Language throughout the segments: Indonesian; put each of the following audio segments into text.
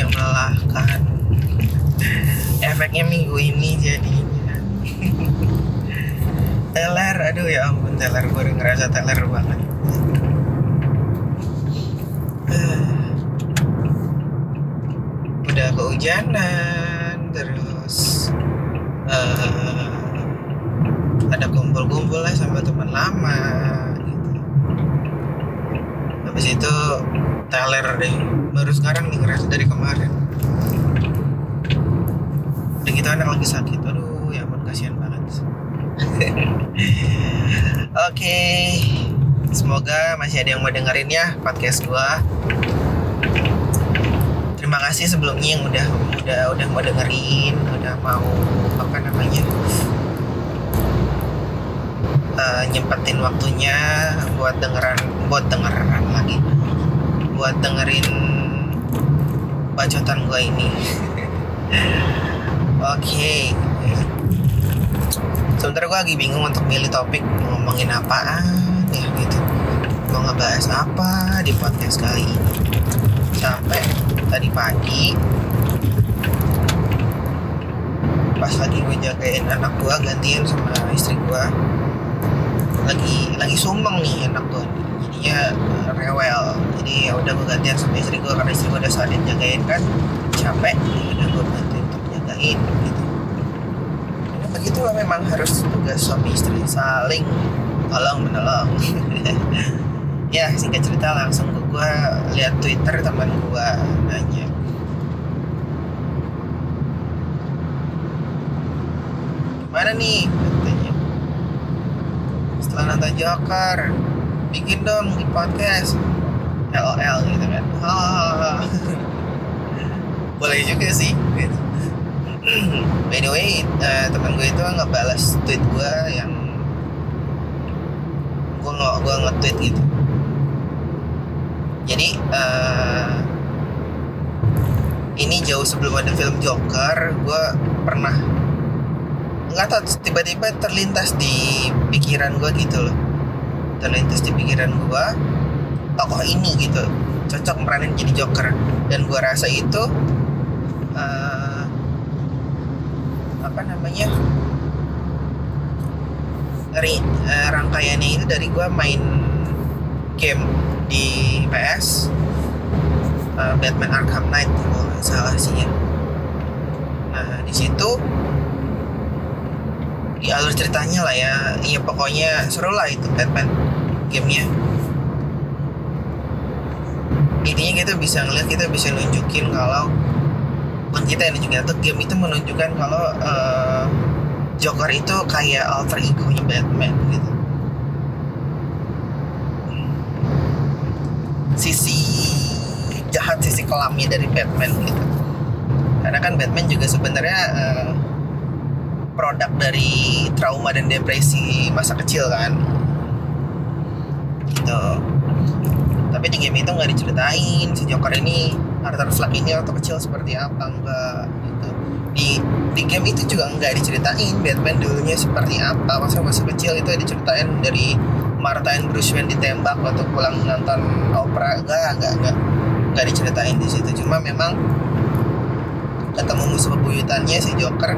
yang melelahkan. Efeknya minggu ini jadinya. Teler, aduh ya ampun, teler, gue udah ngerasa teler banget. Udah kehujanan, terus ada kumpul-kumpul lah sama teman lama gitu. Habis itu teler deh, baru sekarang nih ngerasa dari kemarin. Udah gitu anak lagi sakit, aduh ya ampun, kasihan banget. Oke, semoga masih ada yang mau dengerin ya podcast gua. Terima kasih sebelumnya yang udah mau dengerin, udah mau nyempetin waktunya buat dengerin bacotan gua ini. Oke. Sebentar gue lagi bingung untuk milih topik ngomongin apaan ya gitu. Mau ngebahas apa di podcast kali ini. Sampai tadi pagi pas lagi gue jagain anak gue gantian sama istri gue. Lagi sumbang nih anak gue. Jadinya rewel. Jadi ya udah gue gantian sama istri gue karena istri gue udah seharian jagain kan. Capek. Udah gue bantuin untuk jagain gitu. Begitulah memang harus tugas suami istri, saling tolong menolong. Ya singkat cerita langsung gue lihat Twitter teman gue nanya, gimana nih katanya, setelah nonton Joker bikin dong di podcast LOL gitu kan. Boleh juga sih gitu. By the way, teman gue itu ngebalas tweet gue yang gue nge-tweet gitu. Jadi ini jauh sebelum ada film Joker, gue pernah nggak tahu tiba-tiba terlintas di pikiran gue gitu loh. Terlintas di pikiran gue tokoh ini gitu cocok meranin jadi Joker, dan gue rasa itu rangkaiannya itu dari gue main game di PS, Batman Arkham Knight kalau nggak salah sih ya. Nah di situ di alur ceritanya lah ya, pokoknya seru lah itu Batman gamenya. Intinya kita bisa ngeliat, kita bisa nunjukin kalau kita yang juga tuh game itu menunjukkan kalau Joker itu kayak alter ego-nya Batman gitu. Sisi jahat, sisi kelamnya dari Batman gitu. Karena kan Batman juga sebenarnya produk dari trauma dan depresi masa kecil kan. Gitu. Tapi di game itu nggak diceritain si Joker ini, Arthur Fleck ini waktu kecil seperti apa, enggak gitu. Di game itu juga nggak diceritain Batman dulunya seperti apa, masa kecil itu diceritain dari Martha Bruce Wayne ditembak waktu pulang nonton opera, nggak diceritain di situ. Cuma memang ketemu musuh bebuyutannya si Joker,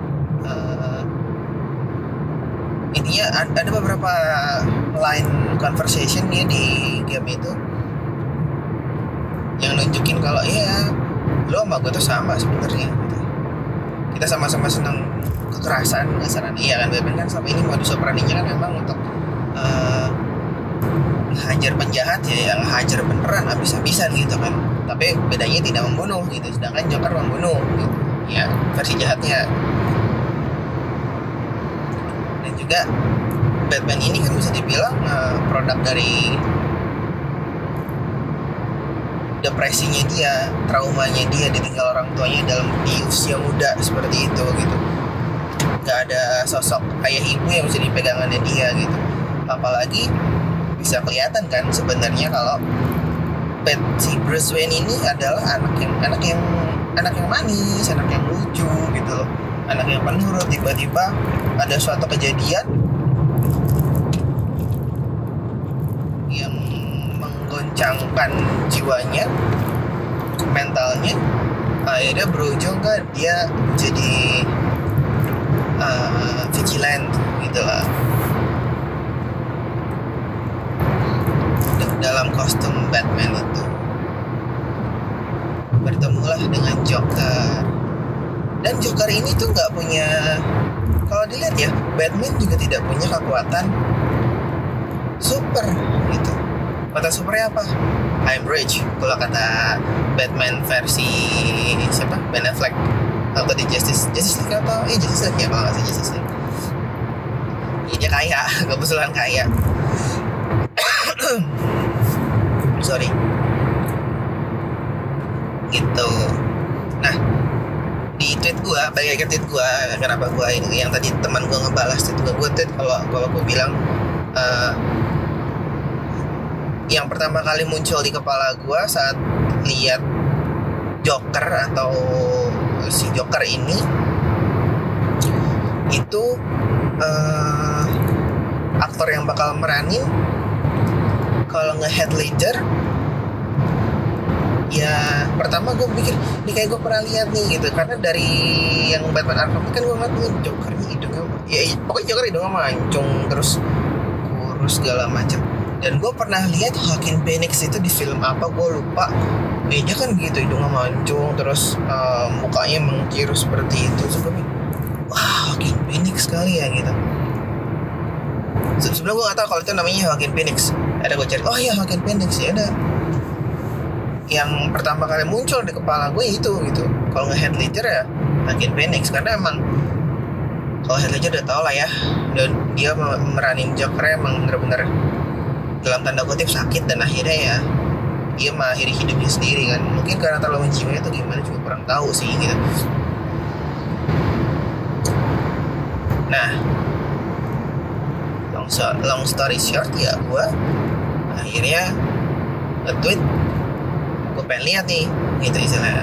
intinya ada beberapa line conversation ya di game itu yang nunjukin kalau ya lo sama gue tuh sama sebenarnya gitu. Kita sama-sama senang kekerasan kasarannya, iya kan. Batman kan sama ini modus operandinya kan memang untuk ngehajar penjahat ya, yang hajar beneran habis-habisan gitu kan. Tapi bedanya tidak membunuh gitu, sedangkan Joker membunuh gitu ya, versi jahatnya. Dan juga Batman ini kan bisa dibilang produk dari depresinya dia, traumanya dia, ditinggal orang tuanya di usia muda seperti itu gitu. Gak ada sosok ayah ibu yang bisa dipegangannya dia gitu. Apalagi bisa kelihatan kan sebenarnya kalau si Bruce Wayne ini adalah anak yang manis, anak yang lucu gitu loh, anak yang penurut. Tiba-tiba ada suatu kejadian yang menggoncangkan jiwanya, mentalnya, akhirnya berujung kan dia jadi vigilante gitu lah, dalam kostum Batman itu. Bertemulah dengan Joker, dan Joker ini tuh nggak punya, kalau dilihat ya, Batman juga tidak punya kekuatan super gitu. Kekuatan supernya apa? I'm rich, kalau kata Batman versi siapa? Ben Affleck atau di Justice League atau Justice League ya, kalau nggak salah Justice League. Dia kaya, kebetulan kaya. Sorry. Gitu. Nah, di tweet gua, balik ke tweet gua, kenapa gua ini yang tadi teman gua ngebalas tweet gua tweet kalau gua bilang yang pertama kali muncul di kepala gua saat lihat Joker atau si Joker ini itu aktor yang bakal meranin kalau nge-Heath Ledger. Ya pertama gue pikir ini kayak gue pernah lihat nih gitu, karena dari yang Batman Arkham kan gue ngeliat nih Jokernya hidungnya pokoknya Joker hidungnya mancung terus kurus segala macam. Dan gue pernah lihat Joaquin Phoenix itu di film apa gue lupa, dia kan gitu hidungnya mancung terus mukanya mengkiru seperti itu. Terus gue pikir wah Joaquin Phoenix sekali ya gitu. Sebenarnya gue gak tahu kalau itu namanya Joaquin Phoenix. Ada gue cari, oh iya Joaquin Phoenix ya ada. Yang pertama kali muncul di kepala gue itu gitu. Kalau nge-Heath Ledger ya Joaquin Phoenix, karena emang kalau Heath Ledger udah tau lah ya, dan dia meranin Joker emang bener-bener dalam tanda kutip sakit, dan akhirnya ya dia mengakhiri hidupnya sendiri kan. Mungkin karena terlalu menjiwai itu gimana juga kurang tahu sih gitu. Nah, long story short ya, gue akhirnya nge-tweet, gue pengen lihat nih gitu istilahnya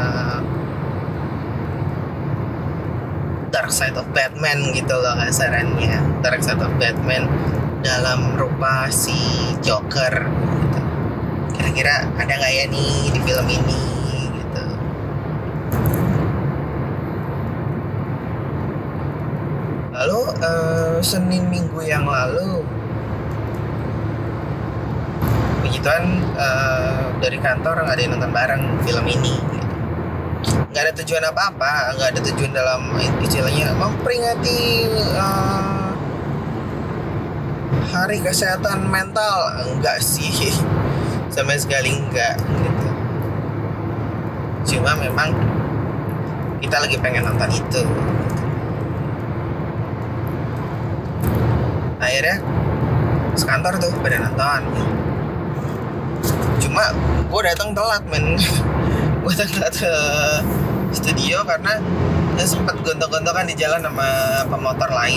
Dark Side of Batman gitu loh kasarannya. Dark Side of Batman dalam rupa si Joker gitu. Kira-kira ada gak ya nih di film ini gitu. Lalu Senin Minggu yang lalu begituan dari kantor nggak ada yang nonton bareng film ini gitu. Nggak ada tujuan apa-apa, nggak ada tujuan dalam istilahnya memperingati hari kesehatan mental, enggak sih, sama sekali enggak gitu. Cuma memang kita lagi pengen nonton itu gitu. Akhirnya sekantor tuh pada nonton gitu. Cuma gue datang telat men. Gue datang telat ke studio karena sempat gontok-gontokan di jalan sama pemotor lain.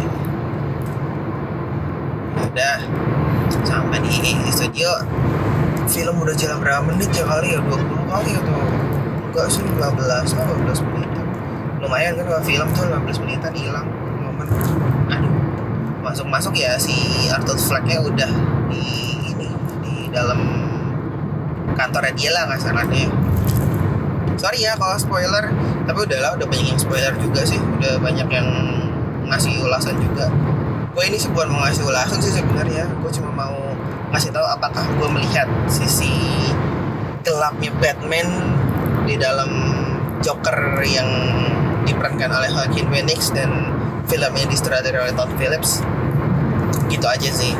Udah sampai di studio, film udah jalan berapa menit ya kali ya, 20 kali atau enggak sih, 15 menit. Lumayan kan kalau film tuh 15 menitan hilang momen. Aduh, masuk ya si Arthur Fleck-nya udah di dalam kantornya dia lah kasarannya. Sorry ya kalau spoiler, tapi udahlah, udah banyak yang spoiler juga sih, udah banyak yang ngasih ulasan juga. Gue ini sih bukan mau ngasih ulasan sih sebenarnya, gue cuma mau ngasih tahu apakah gue melihat sisi gelapnya Batman di dalam Joker yang diperankan oleh Joaquin Phoenix dan filmnya disutradarai oleh Todd Phillips. Gitu aja sih.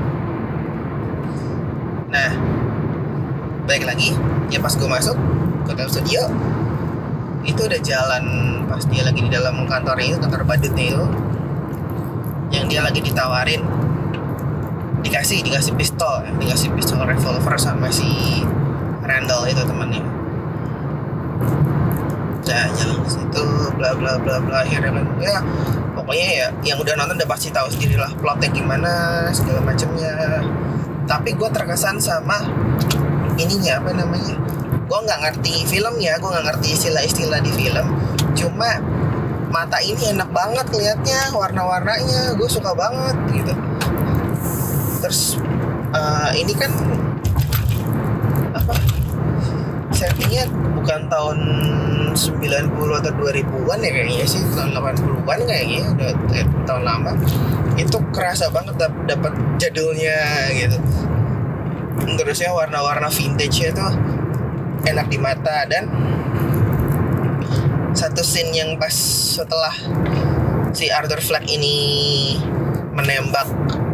Nah, balik lagi ya, pas gue masuk ke dalam studio itu udah jalan, pas dia lagi di dalam kantornya itu, kantor badutnya itu, yang dia lagi ditawarin dikasih pistol revolver sama si Randall itu temannya. Nah, jalan ke situ bla bla bla bla, akhirnya kan ya pokoknya ya yang udah nonton udah pasti tahu sendiri lah plotnya gimana segala macamnya. Tapi gue terkesan sama ininya, apa namanya, gue nggak ngerti film ya, gue nggak ngerti istilah-istilah di film, cuma mata ini enak banget liatnya, warna-warnanya gue suka banget gitu. Terus ini kan apa, settingnya bukan Batman tahun 90 atau 2000-an ya kayaknya sih, tahun 80-an kayaknya, udah tahun lama. Itu kerasa banget dapat jadulnya gitu. Terusnya warna-warna vintage-nya tuh enak di mata. Dan satu scene yang pas setelah si Arthur Fleck ini menembak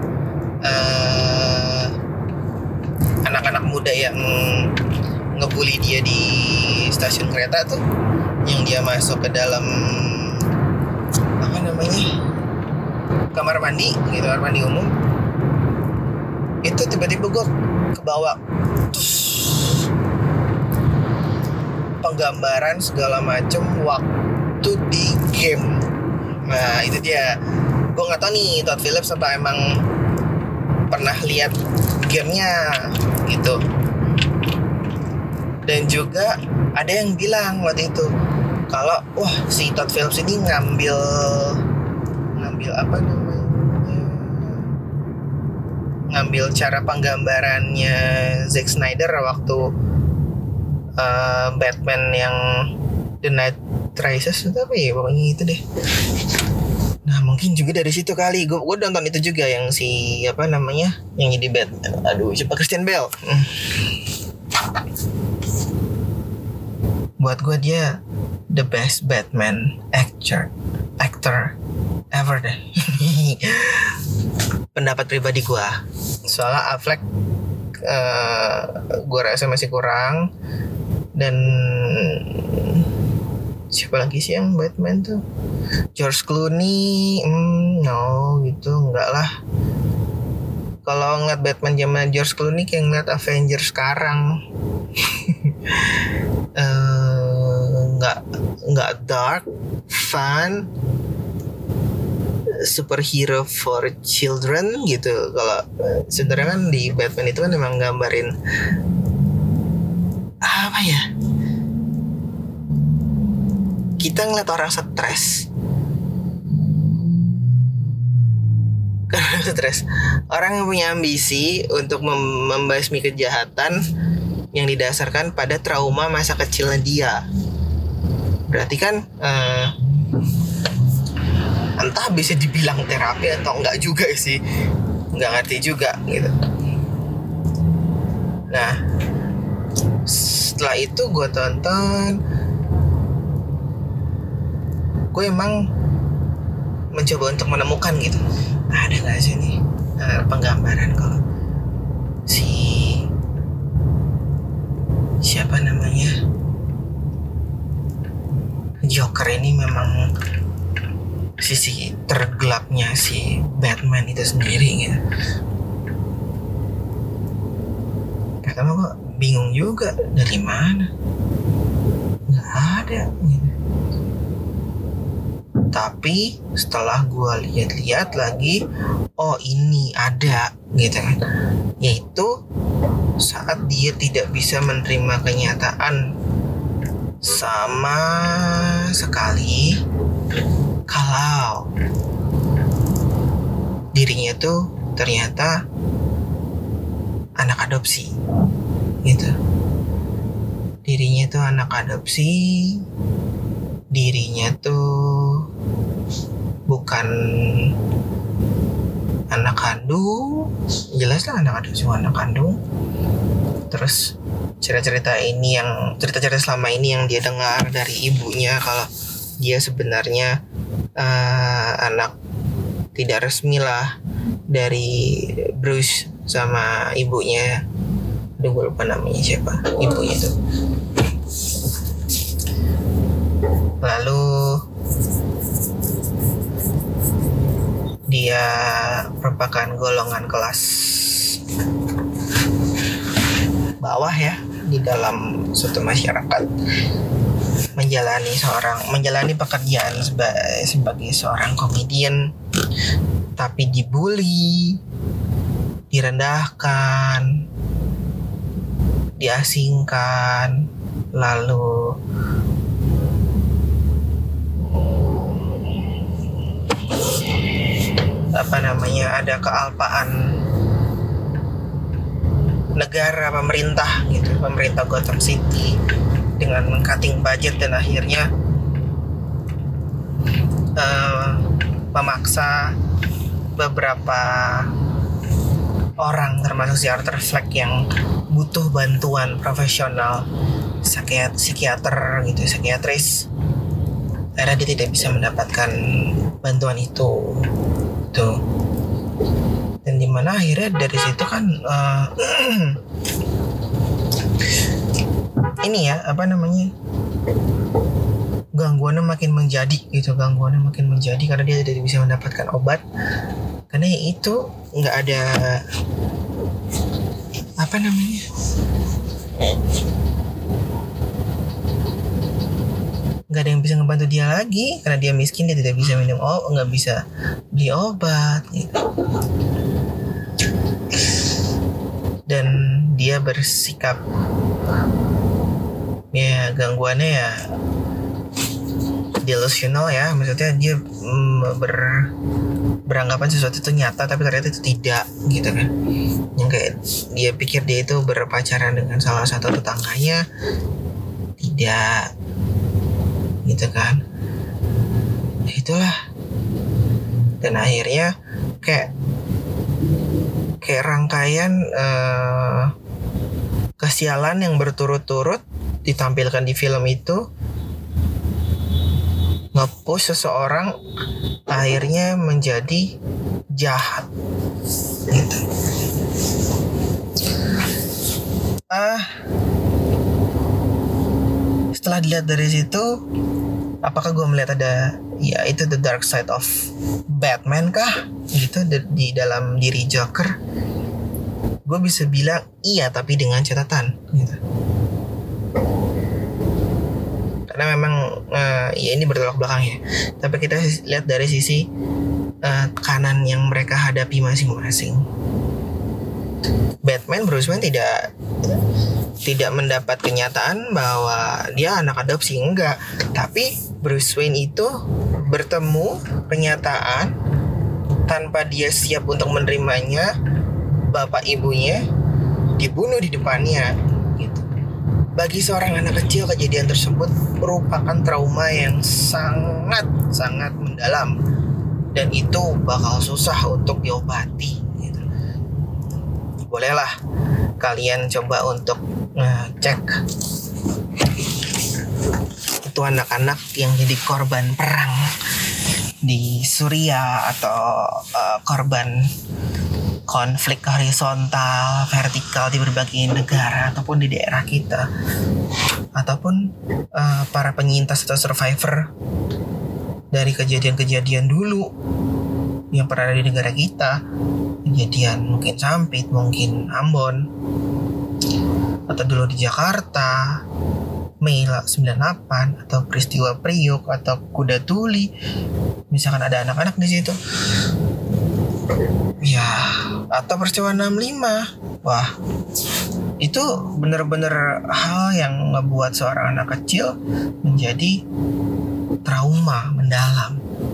anak-anak muda yang ngebully dia di stasiun kereta tuh, yang dia masuk ke dalam apa namanya, kamar mandi gitu, kamar mandi umum. Itu tiba-tiba gue kebawa penggambaran segala macam waktu di game. Nah itu dia, gue nggak tahu nih Todd Phillips apa emang pernah lihat gamenya gitu. Dan juga ada yang bilang waktu itu kalau wah si Todd Phillips ini ngambil apa namanya, ngambil cara penggambarannya Zack Snyder waktu Batman yang The Night Rises itu apa ya, pokoknya itu deh. Nah mungkin juga dari situ kali gue nonton itu juga, yang si apa namanya, yang jadi Batman, aduh siapa, Christian Bale. Buat gue dia the best Batman actor ever deh. Pendapat pribadi gue. Soalnya Affleck gue rasa masih kurang. Dan siapa lagi sih yang Batman tuh? George Clooney, no gitu, enggak lah. Kalau ngeliat Batman zaman George Clooney kayak ngeliat Avengers sekarang. Nggak dark, fun, superhero for children gitu. Kalau sebenarnya kan di Batman itu kan memang gambarin apa ya, kita ngeliat orang stres, orang yang punya ambisi untuk membasmi kejahatan yang didasarkan pada trauma masa kecilnya dia. Berarti kan entah bisa dibilang terapi atau enggak juga sih, nggak ngerti juga gitu. Nah setelah itu gue tonton, gue emang mencoba untuk menemukan gitu, ada nggak sih nih penggambaran kalau si siapa namanya Joker ini memang sisi tergelapnya si Batman itu sendiri gitu. Pertama gue bingung juga dari mana, nggak ada gitu. Tapi setelah gue lihat-lihat lagi, oh ini ada gitu kan, yaitu saat dia tidak bisa menerima kenyataan sama sekali kalau dirinya tuh ternyata anak adopsi gitu. Dirinya tuh anak adopsi, dirinya tuh bukan anak kandung, jelas lah anak adopsi bukan anak kandung. Terus cerita-cerita selama ini yang dia dengar dari ibunya, kalau dia sebenarnya anak tidak resmi lah dari Bruce sama ibunya. Aduh gue lupa namanya siapa ibunya tuh. Lalu dia merupakan golongan kelas bawah ya di dalam suatu masyarakat, menjalani pekerjaan sebagai seorang komedian, tapi dibully, direndahkan, diasingkan, lalu ada kealpaan negara, pemerintah Gotham City dengan cutting budget dan akhirnya memaksa beberapa orang termasuk si Arthur Fleck yang butuh bantuan profesional psikiater gitu, psikiatris. Akhirnya dia tidak bisa mendapatkan bantuan itu tuh. Dan dimana akhirnya dari situ kan ini ya gangguannya makin menjadi karena dia tidak bisa mendapatkan obat, karena itu nggak ada nggak ada yang bisa ngebantu dia lagi karena dia miskin, dia tidak bisa nggak bisa beli obat gitu. Dan dia bersikap ya gangguannya ya delusional ya, maksudnya dia beranggapan sesuatu itu nyata tapi ternyata itu tidak gitu kan. Yang kayak dia pikir dia itu berpacaran dengan salah satu tetangganya, tidak gitu kan. Itulah. Dan akhirnya kayak rangkaian kesialan yang berturut-turut ditampilkan di film itu nge-push seseorang akhirnya menjadi jahat gitu. Setelah dilihat dari situ, apakah gue melihat ada ya itu the dark side of Batman kah gitu di dalam diri Joker? Gue bisa bilang iya, tapi dengan catatan gitu. Karena memang ya ini bertolak belakang ya. Tapi kita lihat dari sisi tekanan yang mereka hadapi masing-masing. Batman, Bruce Wayne tidak mendapat kenyataan bahwa dia anak adopsi, enggak. Tapi Bruce Wayne itu bertemu kenyataan tanpa dia siap untuk menerimanya. Bapak ibunya dibunuh di depannya gitu. Bagi seorang anak kecil, kejadian tersebut merupakan trauma yang sangat mendalam, dan itu bakal susah untuk diobati gitu. Bolehlah kalian coba untuk cek itu anak-anak yang jadi korban perang di Suriah atau korban konflik horizontal, vertikal di berbagai negara ataupun di daerah kita, ataupun para penyintas atau survivor dari kejadian-kejadian dulu yang pernah ada di negara kita, kejadian mungkin Sampit, mungkin Ambon, atau dulu di Jakarta Mei 98, atau peristiwa Priok atau Kuda Tuli, misalkan ada anak-anak di situ ya, atau peristiwa 65. Wah, itu benar-benar hal yang ngebuat seorang anak kecil menjadi trauma mendalam.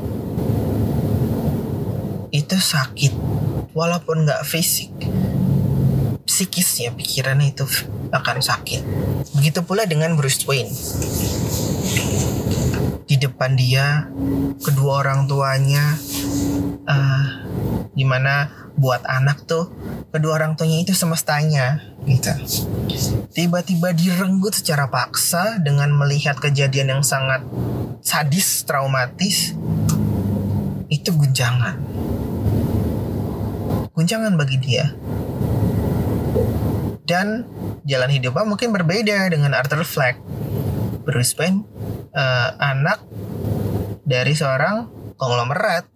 Itu sakit, walaupun gak fisik, psikisnya, pikirannya itu akan sakit. Begitu pula dengan Bruce Wayne. Di depan dia, kedua orang tuanya, dimana buat anak tuh kedua orang tuanya itu semestanya gitu. Tiba-tiba direnggut secara paksa dengan melihat kejadian yang sangat sadis, traumatis. Itu guncangan bagi dia. Dan jalan hidupnya mungkin berbeda dengan Arthur Fleck. Bruce Wayne anak dari seorang konglomerat.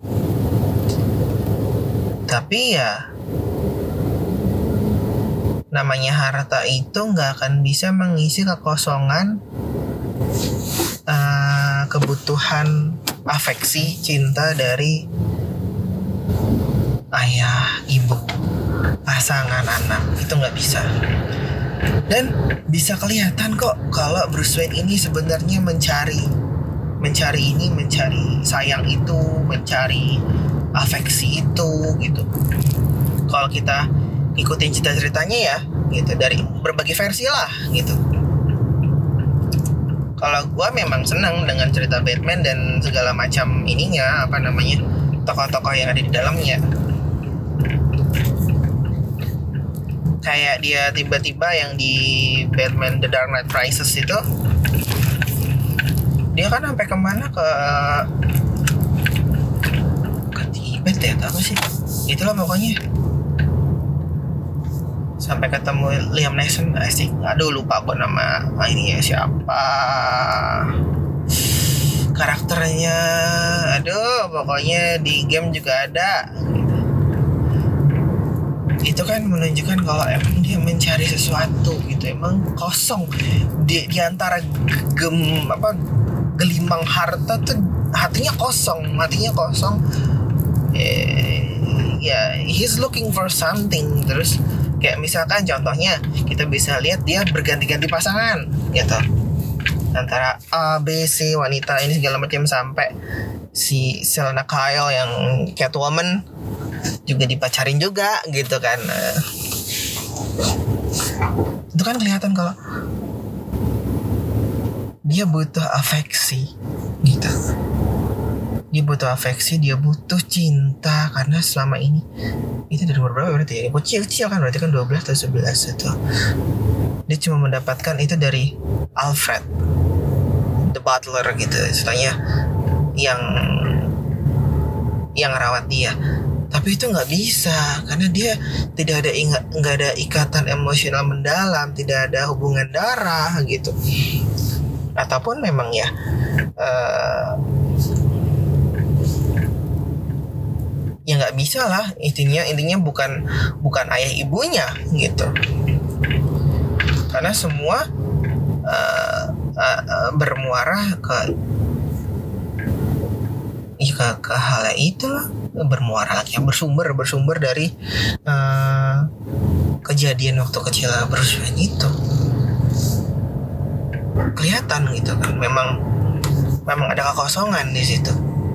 Tapi ya namanya harta itu gak akan bisa mengisi kekosongan kebutuhan afeksi, cinta dari ayah, ibu, pasangan, anak. Itu gak bisa. Dan bisa kelihatan kok kalau Bruce Wayne ini sebenarnya mencari sayang itu, mencari afeksi itu gitu. Kalau kita ikutin cerita-ceritanya ya gitu, dari berbagai versi lah gitu. Kalau gue memang senang dengan cerita Batman dan segala macam ininya, apa namanya, tokoh-tokoh yang ada di dalamnya. Kayak dia tiba-tiba yang di Batman The Dark Knight Rises itu, dia kan sampai kemana, ke Tibet ya, apa sih? Itulah pokoknya. Sampai ketemu Liam Neeson, asik. Aduh, lupa gue nama ini ya, siapa karakternya. Aduh, pokoknya di game juga ada gitu. Itu kan menunjukkan kalau emang dia mencari sesuatu gitu, emang kosong di antara gelimang harta tuh hatinya kosong. Ya, he's looking for something. Terus kayak misalkan contohnya kita bisa lihat dia berganti-ganti pasangan gitu, antara A, B, C, wanita ini segala macam, sampai si Selena Kyle yang Catwoman juga dipacarin juga gitu kan. Itu kan kelihatan kalau dia butuh afeksi gitu. Dia butuh afeksi, dia butuh cinta, karena selama ini itu dari umur berapa berarti ya? Kecil kan, berarti kan 12 atau 11 itu. Dia cuma mendapatkan itu dari Alfred, the butler gitu, istilahnya yang rawat dia. Tapi itu nggak bisa, karena dia tidak ada ikatan emosional mendalam, tidak ada hubungan darah gitu. Ataupun memang ya ya nggak bisa lah, intinya bukan ayah ibunya gitu, karena semua bermuara ke hal itu lah, bermuara lagi, bersumber dari kejadian waktu kecil Bruce Wayne itu. Kelihatan gitu kan, memang ada kekosongan di situ.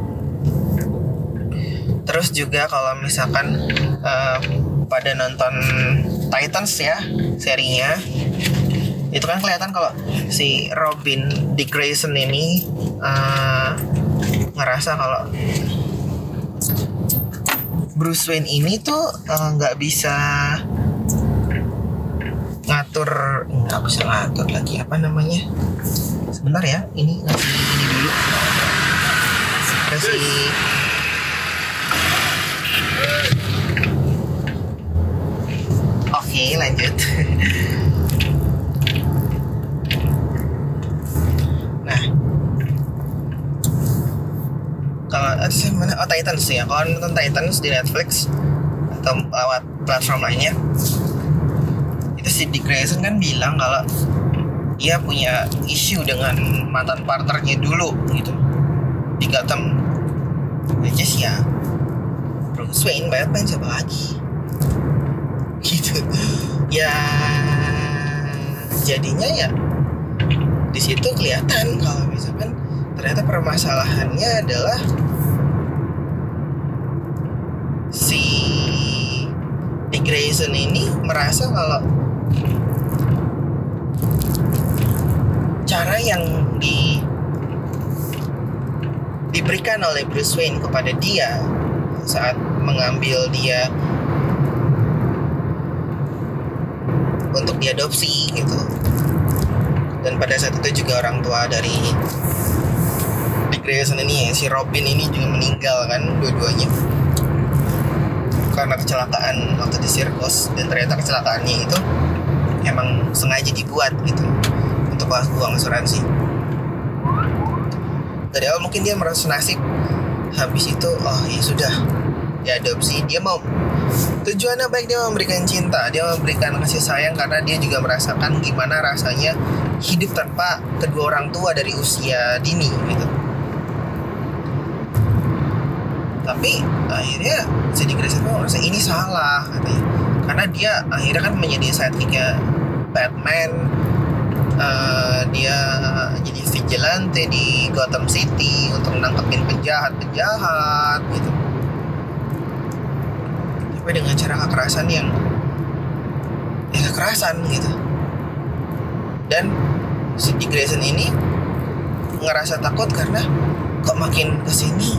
Terus juga kalau misalkan pada nonton Titans ya, serinya, itu kan kelihatan kalau si Robin Dick Grayson ini ngerasa kalau Bruce Wayne ini tuh nggak bisa ngatur lagi, apa namanya, sebentar ya, ini ngasih ini dulu, kasih. Oke, lanjut. Nah, kalau mana? Oh, Titans ya. Kalau nonton Titans di Netflix atau lewat platform lainnya, itu si Dick Grayson kan bilang kalau dia punya isu dengan mantan partnernya dulu gitu di Gotham, which is ya Bruce Wayne, Batman, siapa lagi gitu ya. Jadinya ya di situ kelihatan kalau misalkan ternyata permasalahannya adalah si Dick Grayson ini merasa kalau cara yang diberikan oleh Bruce Wayne kepada dia saat mengambil dia untuk diadopsi gitu, dan pada saat itu juga orang tua dari Dick Grayson ini, si Robin ini juga meninggal kan, dua-duanya karena kecelakaan waktu di sirkus. Dan ternyata kecelakaannya itu emang sengaja dibuat gitu untuk uang asuransi. Dari awal mungkin dia merasa nasib, habis itu oh ya sudah, diadopsi. Dia mau, tujuannya baik, dia memberikan cinta, dia memberikan kasih sayang, karena dia juga merasakan gimana rasanya hidup tanpa kedua orang tua dari usia dini gitu. Tapi akhirnya si Dick Grayson merasa ini salah katanya, karena dia akhirnya kan menjadi sidekicknya Batman. Dia jadi vigilante di Gotham City untuk nangkepin penjahat gitu, tapi dengan cara kekerasan yang kekerasan gitu. Dan si Dick Grayson ini ngerasa takut karena kok makin kesini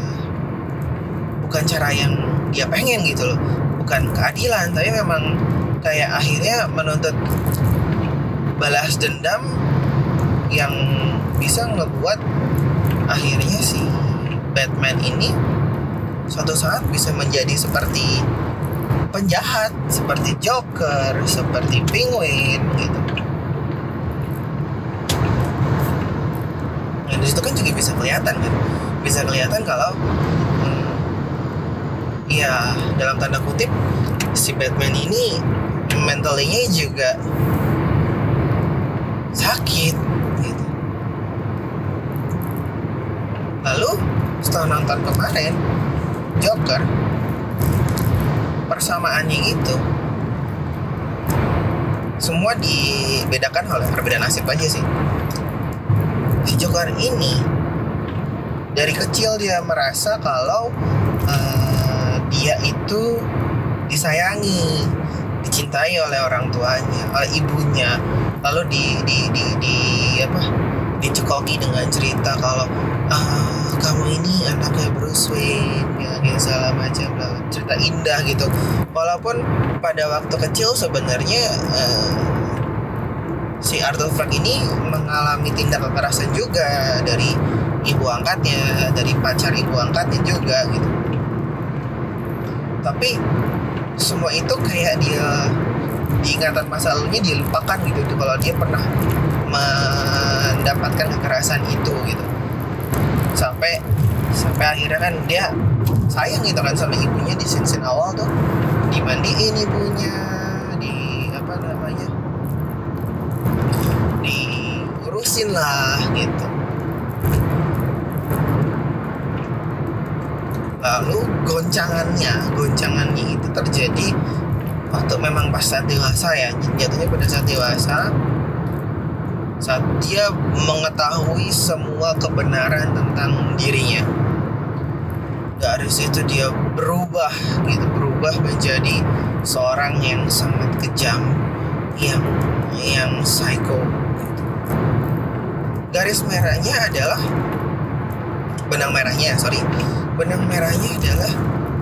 bukan cara yang dia pengen gitu loh, bukan keadilan, tapi memang kayak akhirnya menuntut balas dendam yang bisa ngebuat akhirnya si Batman ini suatu saat bisa menjadi seperti penjahat, seperti Joker, seperti Penguin gitu. Dan disitu kan juga bisa kelihatan kan, bisa kelihatan kalau ya dalam tanda kutip si Batman ini mentalnya juga sakit gitu. Lalu setelah nonton kemarin Joker, persamaannya itu semua dibedakan oleh perbedaan nasib aja sih. Si Joker ini dari kecil dia merasa kalau dia itu disayangi, dicintai oleh orang tuanya, oleh ibunya. Lalu dicekoki dengan cerita kalau kamu ini anaknya Bruce Wayne, ya segala macam, cerita indah gitu. Walaupun pada waktu kecil sebenarnya si Arthur Fleck ini mengalami tindak kekerasan juga dari ibu angkatnya, dari pacar ibu angkatnya juga gitu. Tapi semua itu kayak dia diingatan masa lalunya dilupakan gitu tuh, kalau dia pernah mendapatkan kekerasan itu gitu. Sampai akhirnya kan dia sayang gitu kan sama ibunya di scene awal tuh, dimandiin ibunya, diurusin lah gitu. Lalu goncangannya itu terjadi waktu memang pas saat dewasa ya, jatuhnya pada saat dewasa, saat dia mengetahui semua kebenaran tentang dirinya. Dari situ dia berubah menjadi seorang yang sangat kejam, yang psycho. Garis merahnya adalah benang merahnya adalah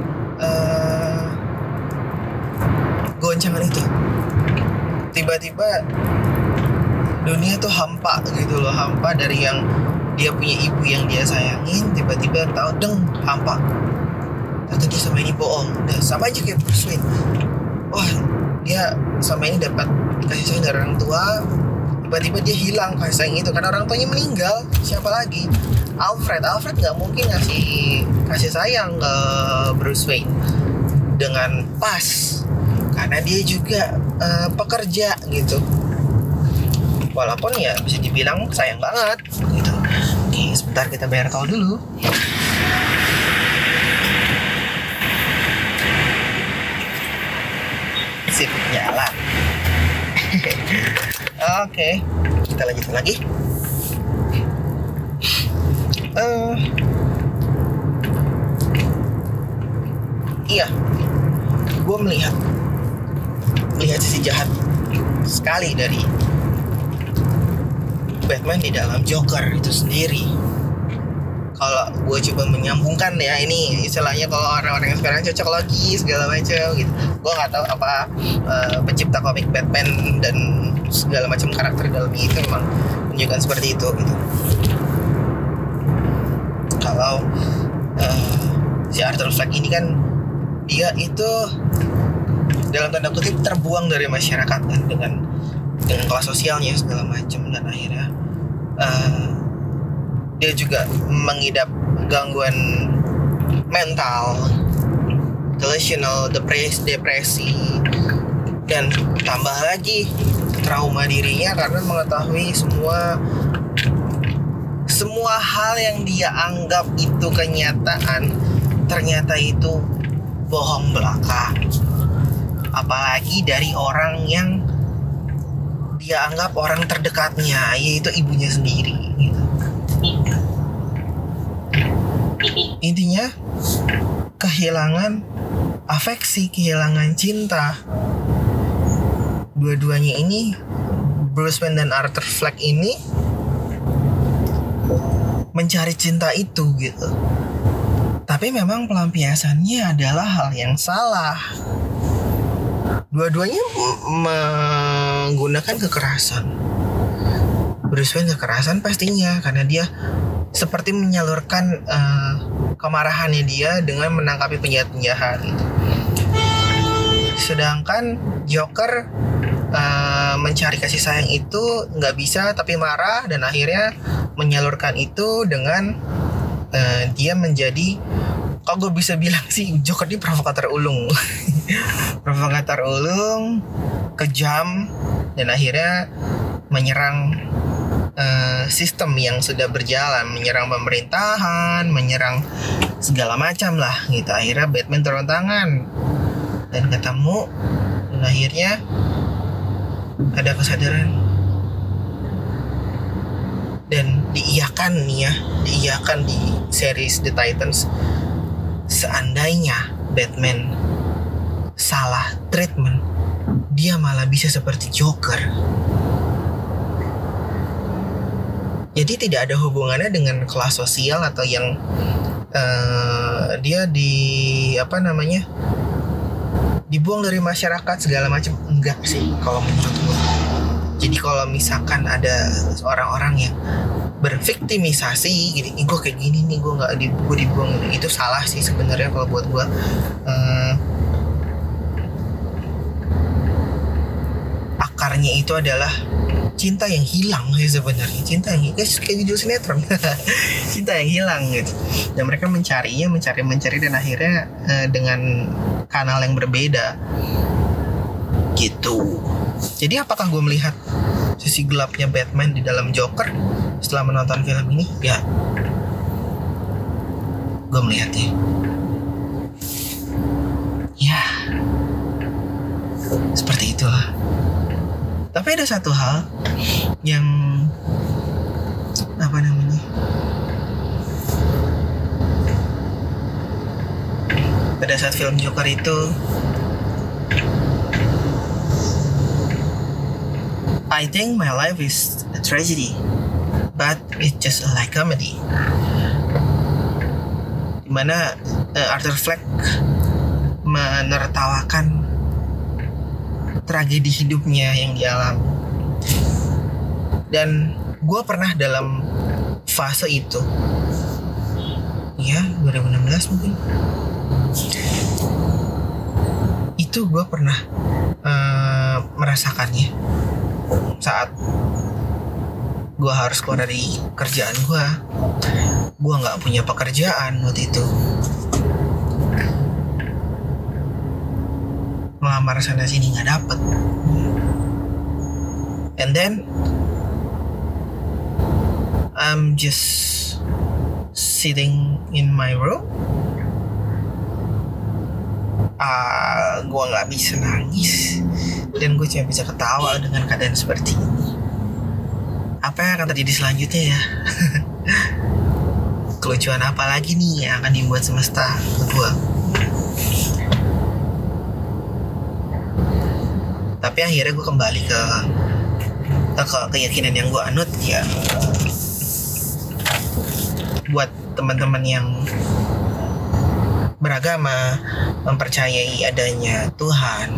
goncangan itu. Tiba-tiba dunia tuh hampa gitu loh, hampa dari yang dia punya ibu yang dia sayangin, tiba-tiba tahu hampa. Ternyata dia sama ini bohong. Dan sama aja kayak Bruce Wayne. Wah, dia sama ini dapat kasih sayang dari orang tua, tiba-tiba dia hilang kasih sayang itu karena orang tuanya meninggal. Siapa lagi? Alfred nggak mungkin kasih sayang ke Bruce Wayne dengan pas, karena dia juga pekerja gitu. Walaupun ya bisa dibilang sayang banget gitu. Oke, sebentar kita bayar tol dulu. Sip, jalan. Oke, kita lanjut lagi. Iya, gue melihat sisi jahat sekali dari Batman di dalam Joker itu sendiri. Kalau gue coba menyambungkan ya, ini istilahnya kalau orang-orang yang sekarang cocok logi segala macam gitu. Gue nggak tahu apa pencipta komik Batman dan segala macam karakter dalamnya itu memang menunjukkan seperti itu gitu. Kalau si Arthur Fleck ini kan dia itu dalam tanda kutip terbuang dari masyarakat kan, dengan kelas sosialnya segala macam, dan akhirnya dia juga mengidap gangguan mental, delusional, depresi, dan tambah lagi trauma dirinya karena mengetahui semua hal yang dia anggap itu kenyataan ternyata itu bohong belaka. Apalagi dari orang yang dia anggap orang terdekatnya, yaitu ibunya sendiri gitu. Intinya kehilangan afeksi, kehilangan cinta. Dua-duanya ini, Bruce Wayne dan Arthur Fleck ini mencari cinta itu gitu. Tapi memang pelampiasannya adalah hal yang salah. Dua-duanya menggunakan kekerasan. Bruce Wayne kekerasan pastinya karena dia seperti menyalurkan kemarahannya dia dengan menangkapi penjahat-penjahat gitu. Sedangkan Joker mencari kasih sayang itu nggak bisa tapi marah dan akhirnya menyalurkan itu dengan dia menjadi, kok gue bisa bilang sih Joker ini provokator ulung. Provokator ulung, kejam, dan akhirnya menyerang sistem yang sudah berjalan, menyerang pemerintahan, menyerang segala macam lah gitu. Akhirnya Batman turun tangan dan ketemu, dan akhirnya ada kesadaran dan diiyakan nih ya, diiyakan di series The Titans. Seandainya Batman salah treatment, dia malah bisa seperti Joker. Jadi tidak ada hubungannya dengan kelas sosial atau yang dia dibuang dari masyarakat segala macam, enggak sih kalau menurut gue. Jadi kalau misalkan ada orang-orang yang berviktimisasi gini, gue kayak gini nih, gue dibuang, itu salah sih sebenarnya kalau buat gue. Akarnya itu adalah cinta yang hilang sih sebenarnya, cinta yang kayak judul sinetron. Cinta yang hilang gitu, dan mereka mencari dan akhirnya dengan kanal yang berbeda gitu. Jadi apakah gue melihat sisi gelapnya Batman di dalam Joker setelah menonton film ini? Ya, gue melihatnya ya seperti itulah. Tapi ada satu hal yang pada saat film Joker itu, I think my life is a tragedy, but it's just a light comedy. Dimana Arthur Fleck menertawakan tragedi hidupnya yang dialami. Dan gue pernah dalam fase itu, ya 2016 mungkin. Itu gue pernah merasakannya saat gue harus keluar dari kerjaan gue nggak punya pekerjaan waktu itu, melamar sana sini nggak dapet, and then I'm just sitting in my room. Gue nggak bisa nangis dan gue cuma bisa ketawa dengan keadaan seperti ini. Apa yang akan terjadi selanjutnya ya? Kelucuan apa lagi nih yang akan dibuat semesta ke gue? Tapi akhirnya gue kembali ke keyakinan yang gue anut ya. Buat teman-teman yang beragama, mempercayai adanya Tuhan,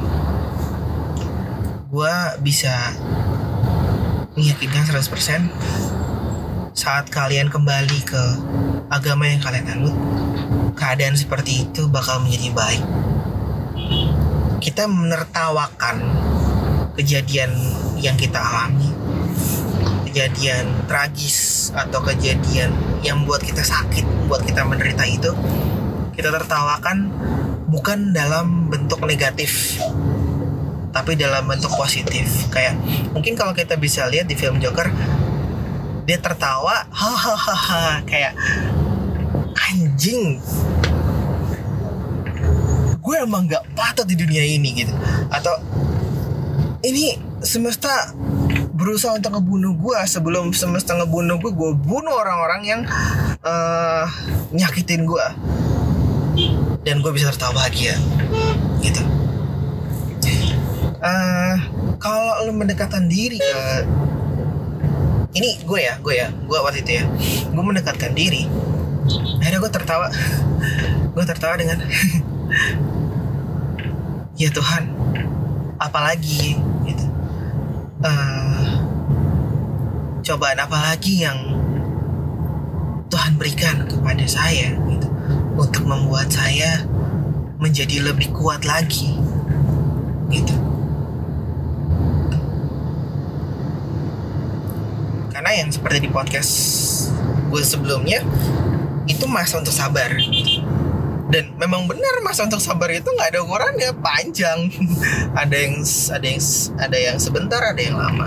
gue bisa meyakinkan 100% saat kalian kembali ke agama yang kalian anut, keadaan seperti itu bakal menjadi baik. Kita menertawakan kejadian yang kita alami, kejadian tragis atau kejadian yang buat kita sakit, buat kita menderita itu, kita tertawakan bukan dalam bentuk negatif, tapi dalam bentuk positif. Kayak mungkin kalau kita bisa lihat di film Joker, dia tertawa, hahaha, kayak anjing, gue emang gak patut di dunia ini gitu. Atau ini semesta berusaha untuk ngebunuh gue, sebelum semesta ngebunuh gue bunuh orang-orang yang nyakitin gue, dan gue bisa tertawa bahagia gitu. Kalau lu mendekatkan diri ke ini gue waktu itu ya, gue mendekatkan diri, akhirnya gue tertawa dengan ya Tuhan, apalagi gitu, cobaan apalagi yang Tuhan berikan kepada saya gitu, untuk membuat saya menjadi lebih kuat lagi gitu. Karena yang seperti di podcast gue sebelumnya, itu masa untuk sabar gitu. Dan memang benar masa untuk sabar itu nggak ada ukurannya, panjang. ada yang sebentar, ada yang lama.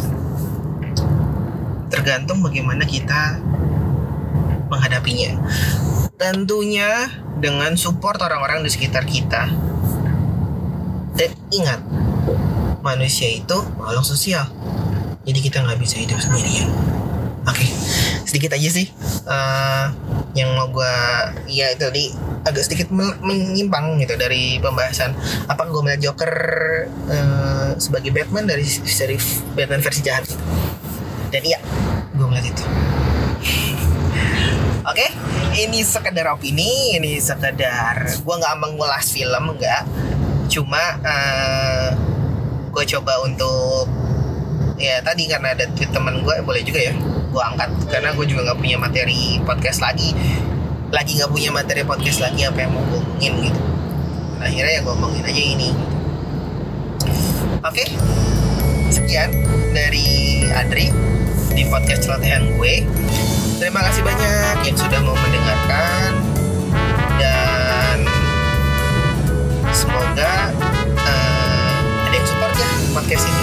Tergantung bagaimana kita menghadapinya. Tentunya dengan support orang-orang di sekitar kita. Dan ingat, manusia itu makhluk sosial. Jadi kita nggak bisa hidup sendirian. Oke, sedikit aja sih yang mau gue, ya itu tadi agak sedikit menyimpang gitu dari pembahasan. Apa gue melihat Joker sebagai Batman dari Batman versi jahat gitu. Dan iya, gue melihat itu. Oke, ini sekedar opini, ini sekedar gue nggak mengulas film, nggak. Cuma gue coba untuk, ya tadi karena ada tweet teman gue, boleh juga ya gue angkat, karena gue juga nggak punya materi podcast lagi nggak punya materi podcast lagi apa yang mau gue ngomongin gitu. Nah, akhirnya ya gue ngomongin aja ini. Oke, sekian dari Adri di podcast celotehan gue. Terima kasih banyak yang sudah mau mendengarkan, dan semoga ada yang support ya podcast ini.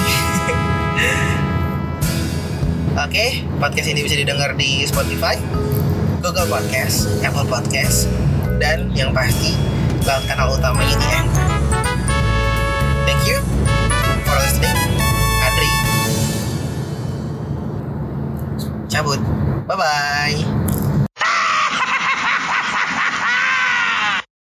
Oke, podcast ini bisa didengar di Spotify, Google Podcast, Apple Podcast, dan yang pasti lewat kanal utamanya di Anchor. Thank you for listening. Adri cabut. Bye-bye.